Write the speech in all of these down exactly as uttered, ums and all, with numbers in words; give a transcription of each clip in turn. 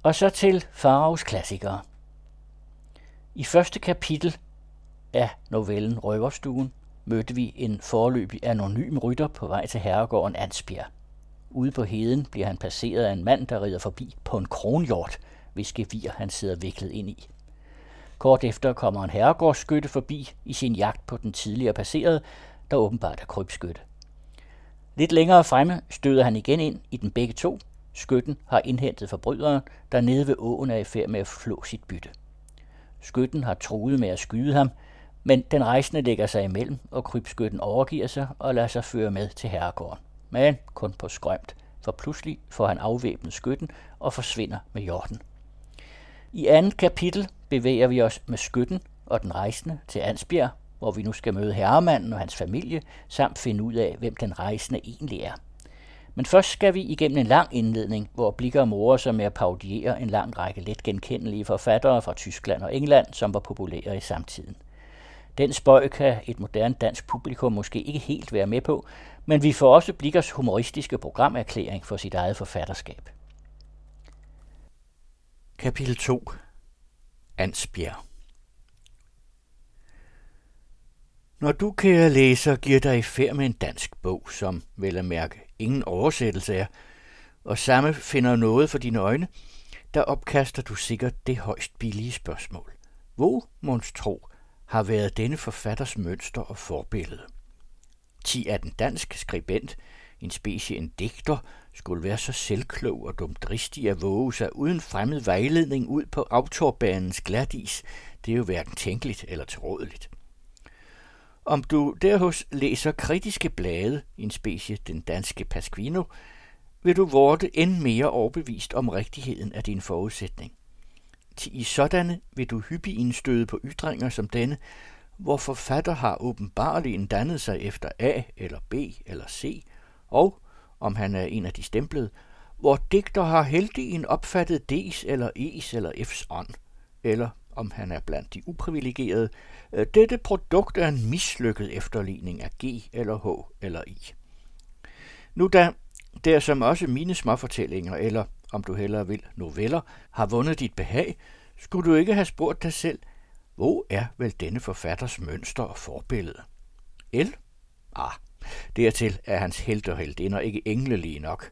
Og så til Faraos klassikere. I første kapitel af novellen Røverstuen mødte vi en foreløbig anonym rytter på vej til herregården Ansbjerg. Ude på heden bliver han passeret af en mand, der rider forbi på en kronhjort, hvis gevir han sidder viklet ind i. Kort efter kommer en herregårdsskytte forbi i sin jagt på den tidligere passerede, der åbenbart er krybskytte. Lidt længere fremme støder han igen ind i den begge to. Skytten har indhentet forbryderen, der nede ved åen er i færd med at flå sit bytte. Skytten har truet med at skyde ham, men den rejsende lægger sig imellem, og krybskytten overgiver sig og lader sig føre med til herregården. Men kun på skrømt, for pludselig får han afvæbnet skytten og forsvinder med hjorten. I andet kapitel bevæger vi os med skytten og den rejsende til Ansbjerg, hvor vi nu skal møde herremanden og hans familie, samt finde ud af, hvem den rejsende egentlig er. Men først skal vi igennem en lang indledning, hvor Blicher morer sig med at parodiere en lang række let genkendelige forfattere fra Tyskland og England, som var populære i samtiden. Den spøg kan et moderne dansk publikum måske ikke helt være med på, men vi får også Blichers humoristiske programerklæring for sit eget forfatterskab. Kapitel to. Ansbjerg. Når du, kære læser, giver dig i færd med en dansk bog, som vel at mærke ingen oversættelse er, og samme finder noget for dine øjne, der opkaster du sikkert det højst billige spørgsmål. Hvor, monstro, har været denne forfatters mønster og forbillede? Ti er den danske skribent, en specie en digter, skulle være så selvklog og dumdristig at våge sig uden fremmed vejledning ud på autobanens glatis. Det er jo hverken tænkeligt eller tilrådeligt. Om du derhos læser kritiske blade, en specie den danske Pasquino, vil du vorte end mere overbevist om rigtigheden af din forudsætning. Til i sådanne vil du hyppig indstøde på ytringer som denne, hvor forfatter har åbenbarligt dannet sig efter A eller B eller C, og, om han er en af de stemplede, hvor digter har heldigen opfattet D's eller E's eller F's ånd, eller om han er blandt de uprivilegerede, dette produkt er en mislykket efterligning af G eller H eller I. Nu da, der som også mine småfortællinger, eller om du hellere vil noveller, har vundet dit behag, skulle du ikke have spurgt dig selv, hvor er vel denne forfatters mønster og forbillede? L? Ah, dertil er hans helt og heldinder ikke englelige nok.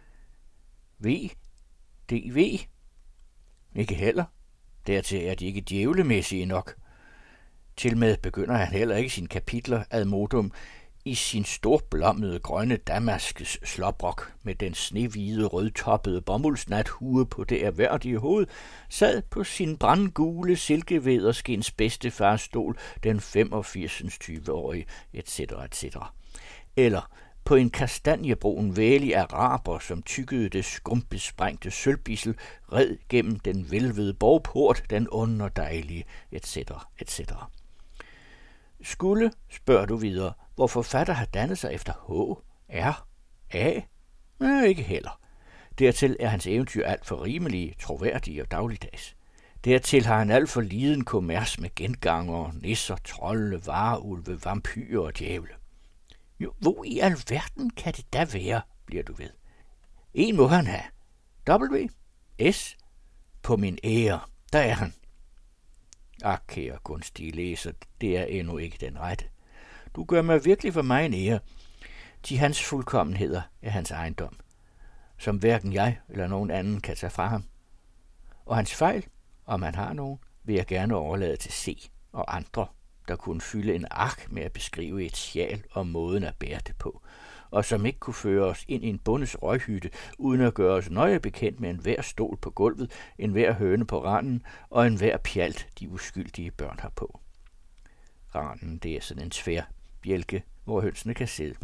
V? D V? Ikke heller. Dertil er de ikke djævlemæssige nok. Til med begynder han heller ikke sine kapitler ad modum i sin storblommede grønne damaskes slåbrok med den snehvide rødtoppede bomuldsnathue på det erhverdige hoved, sad på sin brandgule silkevæderskins bedstefars stol den femogfirsens tyve-årige, et cetera et cetera. Eller på en kastanjebrun vælig araber, som tykkede det skumpesprængte sølvbissel, red gennem den velvede borgport, den underdejlige, et cetera et cetera. Skulle, spørger du videre, hvor forfatter har dannet sig efter H, R, A? Nej, ikke heller. Dertil er hans eventyr alt for rimelige, troværdige og dagligdags. Dertil har han alt for liden kommers med gengangere, nisser, trolde, vareulve, vampyrer og djævle. Jo, hvor i alverden kan det da være, bliver du ved. En må han have. W, S, på min ære, der er han. Ak, kære kunstige læser, det er endnu ikke den rette. Du gør mig virkelig for mig en ære, til hans fuldkommenheder er hans ejendom, som hverken jeg eller nogen anden kan tage fra ham. Og hans fejl, om han har nogen, vil jeg gerne overlade til C og andre, der kunne fylde en ark med at beskrive et sjal og måden at bære det på, og som ikke kunne føre os ind i en bondes røghytte, uden at gøre os nøje bekendt med enhver stol på gulvet, enhver høne på randen og enhver pjalt, de uskyldige børn har på. Randen, det er sådan en svær bjælke, hvor hønsene kan sidde.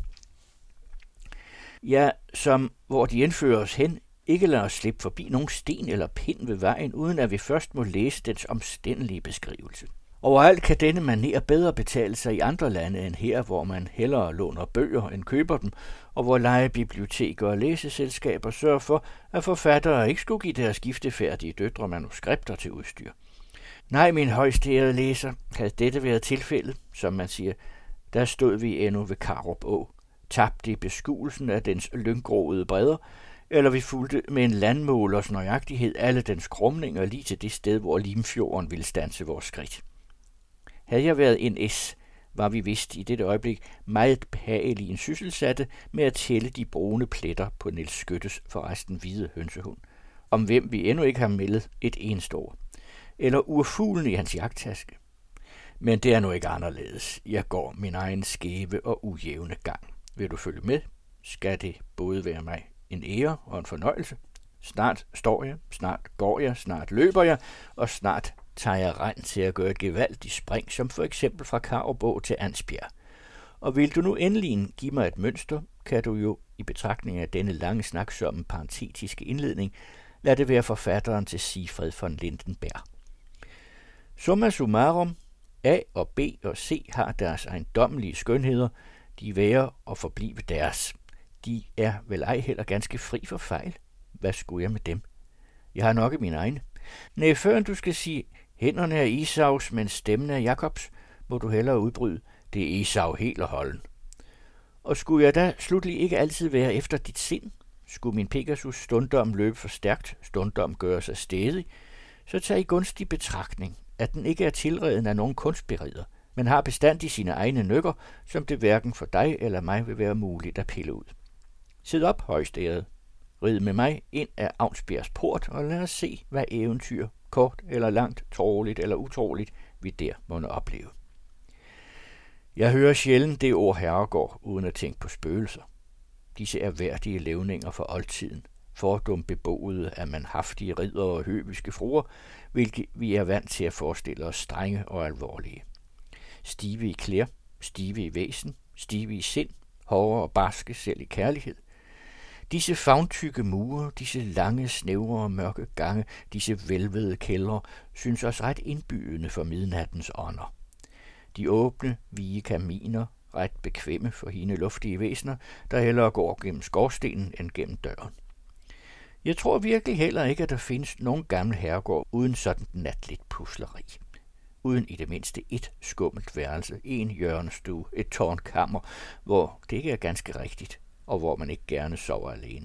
Ja, som hvor de indfører os hen, ikke lader os slippe forbi nogen sten eller pind ved vejen, uden at vi først må læse dens omstændelige beskrivelse. Overalt kan denne manér bedre betale sig i andre lande end her, hvor man hellere låner bøger end køber dem, og hvor lejebiblioteker og læseselskaber sørger for, at forfattere ikke skulle give deres giftefærdige døtre manuskripter til udstyr. Nej, min højstærede læser, havde dette været tilfældet, som man siger, der stod vi endnu ved Karup Å, tabt i beskuelsen af dens lynggroede bredder, eller vi fulgte med en landmålers nøjagtighed alle dens krumninger lige til det sted, hvor Limfjorden ville standse vores skridt. Havde jeg været en S, var vi vist i dette øjeblik meget behagelige sysselsatte med at tælle de brune pletter på Niels Skyttes forresten hvide hønsehund, om hvem vi endnu ikke har meldet et eneste ord, eller urfuglen i hans jagttaske. Men det er nu ikke anderledes. Jeg går min egen skæve og ujævne gang. Vil du følge med, skal det både være mig en ære og en fornøjelse. Snart står jeg, snart går jeg, snart løber jeg, og snart tager jeg rend til at gøre et gevaldigt spring, som for eksempel fra Karup til Ansbjerg. Og vil du nu endelig give mig et mønster, kan du jo i betragtning af denne lange snaksomme parentetiske indledning lade det være forfatteren til Sigfred von Lindenberg. Summa summarum, A og B og C har deres ejendommelige skønheder, de værer og forblive deres. De er vel ej heller ganske fri for fejl. Hvad skulle jeg med dem? Jeg har nok i mine egne. Næh, før du skal sige, hænderne er Isaus, men stemmen er Jakobs, må du hellere udbryde, det er Esau helt og holden. Og skulle jeg da slutlig ikke altid være efter dit sind? Skulle min Pegasus stundom løbe for stærkt, stundom gøre sig stædig, så tag i gunstig betragtning, at den ikke er tilreden af nogen kunstberider, men har bestandig sine egne nykker, som det hverken for dig eller mig vil være muligt at pille ud. Sid op, højstærede. Rid med mig ind af Avnsbjergs port, og lad os se, hvad eventyr, kort eller langt, troligt eller utroligt, vi der måtte opleve. Jeg hører sjældent det ord herregård, uden at tænke på spøgelser. Disse erhverdige levninger for oldtiden, fordum beboede af manhaftige ridder og høviske fruer, hvilket vi er vant til at forestille os strenge og alvorlige. Stive i klæder, stive i væsen, stive i sind, hårde og barske selv i kærlighed. Disse favntykke mure, disse lange, snævre og mørke gange, disse velvede kældre, synes os ret indbydende for midnattens ånder. De åbne, vige kaminer, ret bekvemme for hende luftige væsener, der hellere går gennem skorstenen end gennem døren. Jeg tror virkelig heller ikke, at der findes nogen gammel herregård uden sådan natligt pusleri. Uden i det mindste et skummelt værelse, en hjørnestue, et tårnkammer, hvor det ikke er ganske rigtigt, og hvor man ikke gerne sover alene.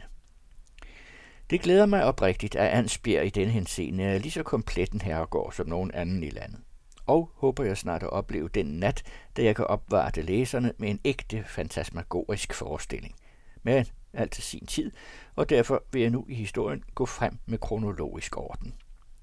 Det glæder mig oprigtigt, at Ansbjerg i den henseende er lige så komplet en herregård som nogen anden i landet. Og håber jeg snart at opleve den nat, da jeg kan opvarte læserne med en ægte fantasmagorisk forestilling. Men alt til sin tid, og derfor vil jeg nu i historien gå frem med kronologisk orden.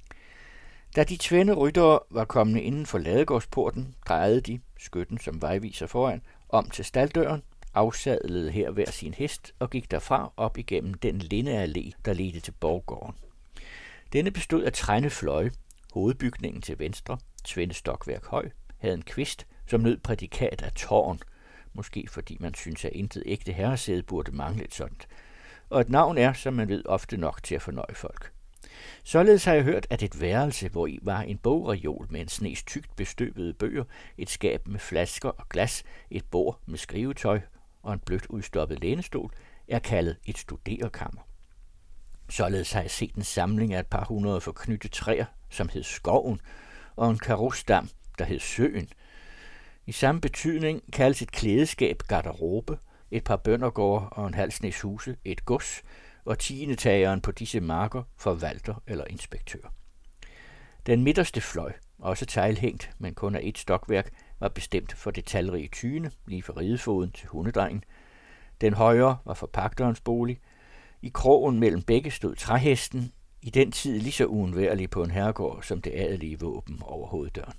Da de tvende ryttere var kommet inden for ladegårdsporten, drejede de, skytten som vejviser foran, om til staldøren, afsadlede her hver sin hest og gik derfra op igennem den lindeallé, der ledte til borggården. Denne bestod af trændefløje, hovedbygningen til venstre, Svende stokværk høj, havde en kvist, som nød prædikat af tårn, måske fordi man synes, at intet ægte herresæde burde mangle et sådant, og et navn er, som man ved, ofte nok til at fornøje folk. Således har jeg hørt, at et værelse, hvor i var en bogreol med en snes tykt bestøvede bøger, et skab med flasker og glas, et bord med skrivetøj og en blødt udstoppet lænestol, er kaldet et studerekammer. Således har jeg set en samling af et par hundrede forknytte træer, som hed Skoven, og en karusdam, der hed Søen. I samme betydning kaldes et klædeskab garderobe, et par bøndergårde og en halv snes huse et gods, og tiendetageren på disse marker forvalter eller inspektør. Den midterste fløj, også teglhængt, men kun af et stokværk, var bestemt for det talrige tyne, lige fra ridefoden til hundedrengen. Den højre var for pagterens bolig. I krogen mellem begge stod træhesten, i den tid lige så uundværlig på en herregård som det adelige våben over hoveddøren.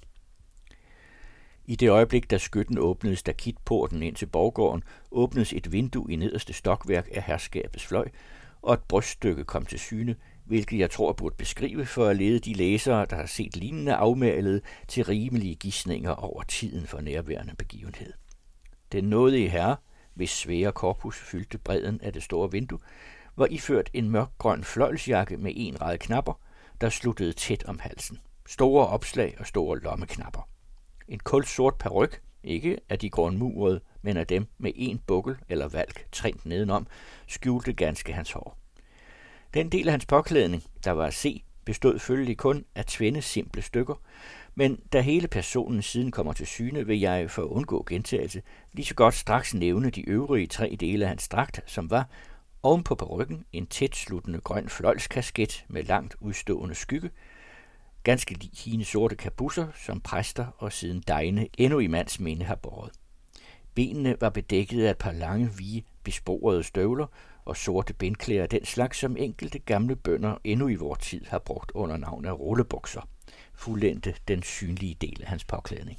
I det øjeblik, da skytten åbnede stakitporten ind til borggården, åbnedes et vindue i nederste stokværk af herskabets fløj, og et bryststykke kom til syne, hvilket jeg tror burde beskrive for at lede de læsere, der har set lignende afmalet, til rimelige gisninger over tiden for nærværende begivenhed. Den nådige herre, hvis svære korpus fyldte bredden af det store vindue, var iført en mørkgrøn fløjlsjakke med en rad knapper, der sluttede tæt om halsen. Store opslag og store lommeknapper. En kulsort paryk, ikke af de grundmurede, men af dem med en bukkel eller valk trængt nedenom, skjulte ganske hans hår. Den del af hans påklædning, der var at se, bestod følgelig kun af tvende simple stykker, men da hele personen siden kommer til syne, vil jeg for at undgå gentagelse lige så godt straks nævne de øvrige tre dele af hans dragt, som var Oven på perukken en tætsluttende grøn fløjlskasket med langt udstående skygge, ganske lig hine sorte kabusser, som præster og siden degene endnu i mands minde har båret. Benene var bedækket af et par lange, vige, besporede støvler og sorte bindklæder af den slags, som enkelte gamle bønder endnu i vor tid har brugt under navn af rullebukser, fuldendte den synlige del af hans påklædning.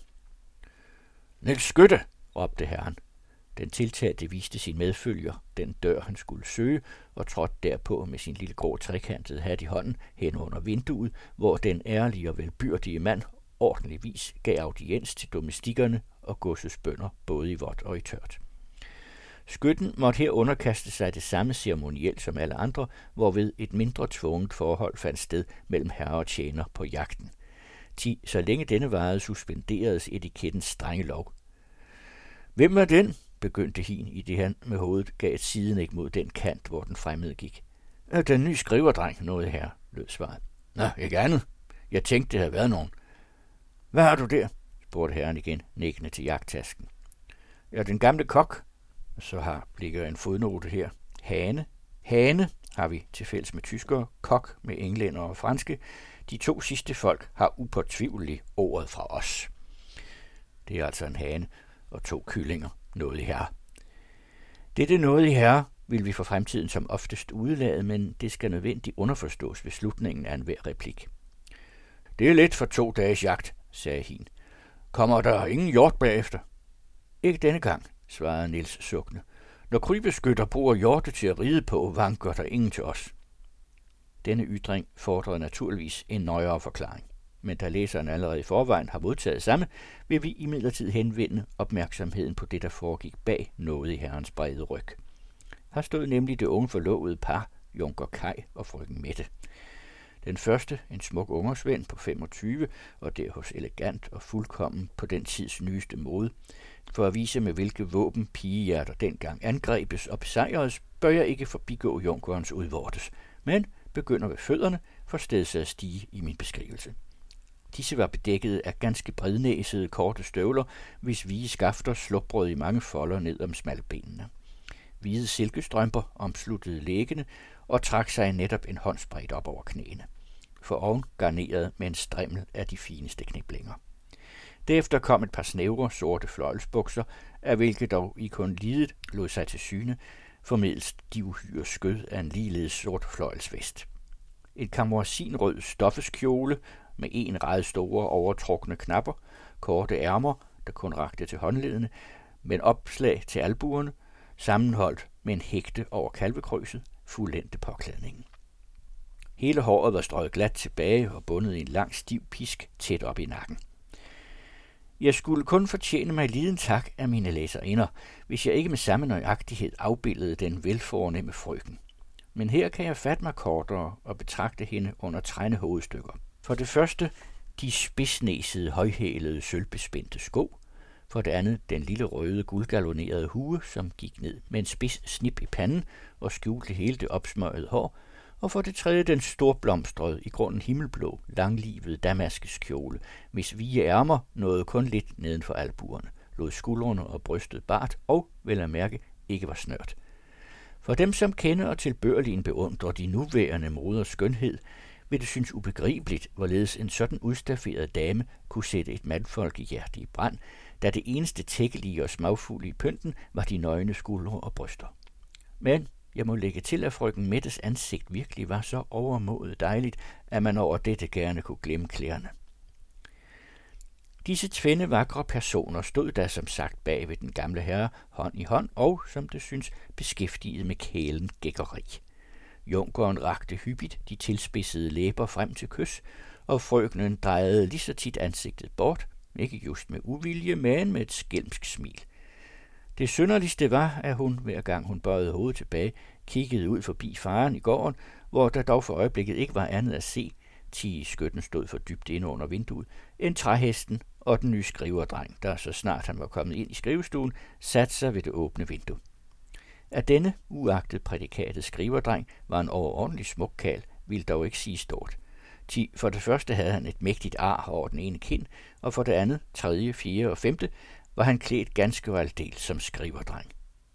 Niels Skytte, råbte herren. Den tiltalte viste sin medfølger den dør, han skulle søge, og trådte derpå med sin lille grå trekantede hat i hånden hen under vinduet, hvor den ærlige og velbyrdige mand ordentligvis gav audiens til domestikkerne og godsets bønder, både i vådt og i tørt. Skytten måtte her underkaste sig det samme ceremoniel som alle andre, hvorved et mindre tvunget forhold fandt sted mellem herre og tjener på jagten. Ti, så længe denne varede, suspenderedes etikettens strenge lov. Hvem var den? Begyndte hin, i det han med hovedet gav et sidenik mod den kant, hvor den fremmede gik. Den nye skriverdreng, nåede her, lød svaret. Nå, ikke andet. Jeg tænkte, det havde været nogen. Hvad har du der? Spurgte herren igen, nikkende til jagttasken. Ja, den gamle kok. Så har ligger en fodnote her. Hane. Hane har vi til fælles med tyskere, kok med englænder og franske. De to sidste folk har upåtvivligt ordet fra os. Det er altså en hane og to kyllinger, noget i herre. Dette noget i herre vil vi for fremtiden som oftest udelade, men det skal nødvendigt underforstås ved slutningen af enhver replik. Det er lidt for to dages jagt, sagde hin. Kommer der ingen hjort bagefter? Ikke denne gang, svarede Niels sukkende. Når krybeskytter bruger hjorte til at ride på, vanker der ingen til os. Denne ytring fordrede naturligvis en nøjere forklaring, men da læseren allerede i forvejen har modtaget samme, vil vi imidlertid henvende opmærksomheden på det, der foregik bag noget i herrens brede ryg. Her stod nemlig det unge forlovede par, Junker Kaj og frøken Mette. Den første, en smuk ungersvend på femogtyve, og derhos elegant og fuldkommen på den tids nyeste mode. For at vise med hvilke våben pigehjerter dengang angrebes og besejredes, bør jeg ikke forbigå junkerens udvortes, men begynder ved fødderne, for stedet at stige i min beskrivelse. Disse var bedækket af ganske brednæsede korte støvler, hvis vige skafter slupbrød i mange folder ned om smalbenene. Hvide silkestrømper omsluttede læggene og trak sig netop en håndsbredt op over knæene, for oven garneret med en strimmel af de fineste kniblinger. Derefter kom et par snævre sorte fløjlsbukser, af hvilke dog i kun lidet lod sig til syne, formedels de uhyre skød af en ligeledes sort fløjlsvest. Et kamorsinrød stoffeskjole med en ræd store overtrukne knapper, korte ærmer, der kun rakte til håndledene, med opslag til albuerne, sammenholdt med en hægte over kalvekrøset, fuldendte påklædningen. Hele håret var strøget glat tilbage og bundet i en lang stiv pisk tæt op i nakken. Jeg skulle kun fortjene mig liden tak af mine læserinder, hvis jeg ikke med samme nøjagtighed afbildede den velfornemme frøken. Men her kan jeg fatte mig kortere og betragte hende under trænde hovedstykker. For det første de spidsnæsede, højhælede, sølvbespændte sko. For det andet den lille røde, guldgallonerede hue, som gik ned med en spids snip i panden og skjulte hele det opsmøgede hår. Og for det tredje den storblomstrede, i grunden himmelblå, langlivede damaskeskjole, hvis vige ærmer nåede kun lidt neden for albuerne, lod skuldrene og brystet bart og, vel at mærke, ikke var snørt. For dem, som kender og tilbørligen beundrer de nuværende moders skønhed, vil det synes ubegribeligt, hvorledes en sådan udstafferet dame kunne sætte et mandfolk i hjerte i brand, da det eneste tækkelige og smagfulde i pynten var de nøgne skuldre og bryster. Men jeg må lægge til, at frøken Mettes ansigt virkelig var så overmådet dejligt, at man over dette gerne kunne glemme klæderne. Disse tvende vakre personer stod der som sagt bag ved den gamle herre hånd i hånd og, som det synes, beskæftiget med kælen gækkeri. Junkeren rakte hyppigt de tilspidsede læber frem til kys, og frøkenen drejede lige så tit ansigtet bort, ikke just med uvilje, men med et skælmsk smil. Det synderligste var, at hun, hver gang hun bøjede hovedet tilbage, kiggede ud forbi faren i gården, hvor der dog for øjeblikket ikke var andet at se, ti skytten stod for dybt inde under vinduet, end træhesten og den nye skriverdreng, der så snart han var kommet ind i skrivestuen, satte sig ved det åbne vindue. At denne, uagtet prædikatet skriverdreng, var en overordentlig smuk kald, ville dog ikke sige stort. Ti, for det første havde han et mægtigt ar over den ene kind, og for det andet, tredje, fjerde og femte, var han klædt ganske og aldeles som skriverdreng.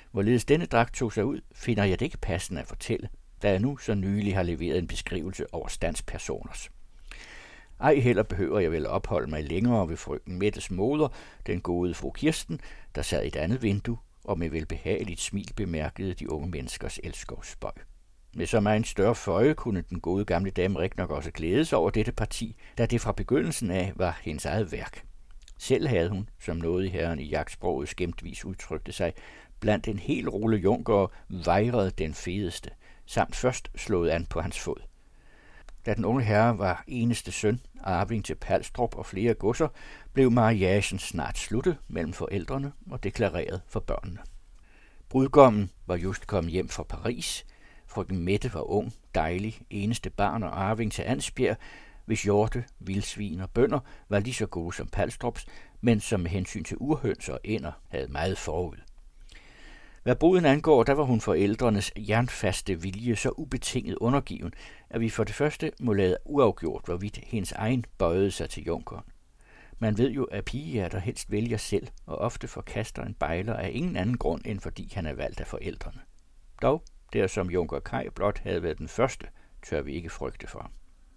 Hvorledes denne dragt tog sig ud, finder jeg det ikke passende at fortælle, da jeg nu så nylig har leveret en beskrivelse over standspersoners. Ej heller behøver jeg vel at opholde mig længere ved frøken Mettes moder, den gode fru Kirsten, der sad i et andet vindue og med velbehageligt smil bemærkede de unge menneskers elskovsspøg. Med så meget en større føje kunne den gode gamle dame rigtig nok også glædes over dette parti, da det fra begyndelsen af var hendes eget værk. Selv havde hun, som noget i herren i jagtsproget skæmtvis udtrykte sig, blandt en hel rulle junkere vejret den fedeste, samt først slået an på hans fod. Da den unge herre var eneste søn, arving til Palstrup og flere godser, blev mariagen snart sluttet mellem forældrene og deklareret for børnene. Brudgommen var just kommet hjem fra Paris. Frøken Mette var ung, dejlig, eneste barn og arving til Ansbjerg, hvis hjorte, vildsvin og bønder var lige så gode som Palstrups, men som med hensyn til urhøns og ænder havde meget forud. Hvad bruden angår, der var hun forældrenes jernfaste vilje så ubetinget undergiven, at vi for det første må lade uafgjort, hvorvidt hendes egen bøjede sig til junkeren. Man ved jo, at pigehjerter helst vælger selv, og ofte forkaster en bejler af ingen anden grund, end fordi han er valgt af forældrene. Dog, der som junker Kaj blot havde været den første, tør vi ikke frygte for ham.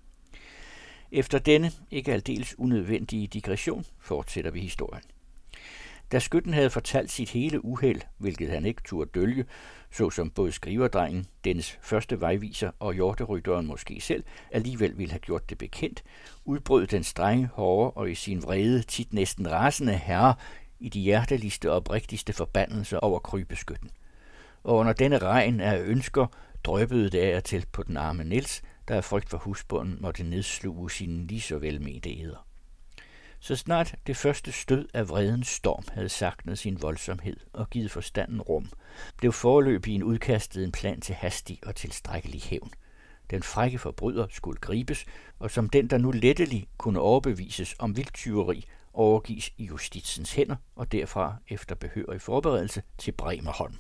Efter denne ikke aldeles unødvendige digression fortsætter vi historien. Da skytten havde fortalt sit hele uheld, hvilket han ikke turde dølge, såsom både skriverdrengen, dennes første vejviser og hjorterytteren måske selv, alligevel ville have gjort det bekendt, udbrød den strenge, hårde og i sin vrede tit næsten rasende herre i de hjerteligste og oprigtigste forbandelser over krybeskytten. Og under denne regn af ønsker drøbede det af til på den arme Niels, der af frygt for husbunden måtte nedsluge sine lige så velmente eder. Så snart det første stød af vredens storm havde sagtnet sin voldsomhed og givet forstanden rum, blev foreløbig udkastet en plan til hastig og tilstrækkelig hævn. Den frække forbryder skulle gribes, og som den, der nu lettelig kunne overbevises om vildtyveri, overgives i justitsens hænder og derfra efter behørig forberedelse til Bremerholm.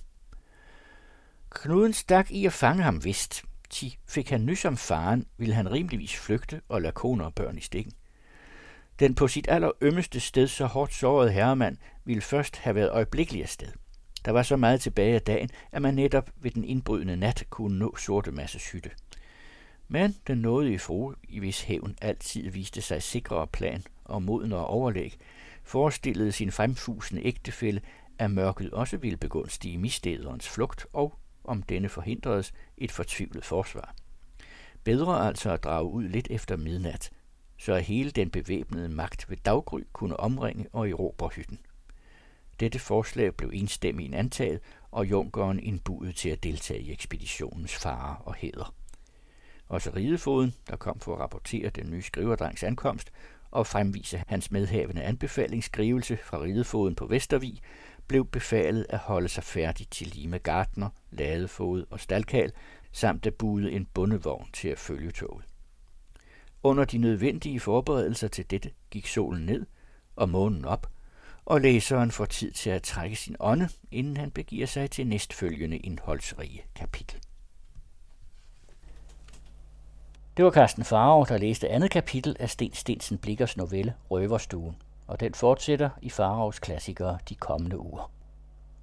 Knuden stak i at fange ham vist. Ti fik han nys om faren, ville han rimeligvis flygte og lade kone og børn i stikken. Den på sit allerømmeste sted så hårdt sårede herremand ville først have været øjeblikkelig afsted. Der var så meget tilbage af dagen, at man netop ved den indbrydende nat kunne nå Sorte Masses hytte. Men den nådige frue, i hvis hævn altid viste sig sikrere plan og modenere overlæg, forestillede sin fremfusende ægtefælle, at mørket også ville begunstige misstederens flugt og, om denne forhindredes, et fortvivlet forsvar. Bedre altså at drage ud lidt efter midnat, så at hele den bevæbnede magt ved daggry kunne omringe og erobre hytten. Dette forslag blev enstemmigt antaget, og junkeren indbuede til at deltage i ekspeditionens farer og hæder. Også ridefoden, der kom for at rapportere den nye skriverdrengs ankomst og fremvise hans medhavende anbefalingsskrivelse fra ridefoden på Vestervig, blev befalet at holde sig færdig til lige med gartner, ladefod og staldkal, samt at bude en bondevogn til at følge toget. Under de nødvendige forberedelser til dette gik solen ned og månen op, og læseren får tid til at trække sin ånde, inden han begiver sig til næstfølgende indholdsrige kapitel. Det var Carsten Faro, der læste andet kapitel af Sten Steensen Blichers novelle Røverstuen, og den fortsætter i Faros klassikere de kommende uger.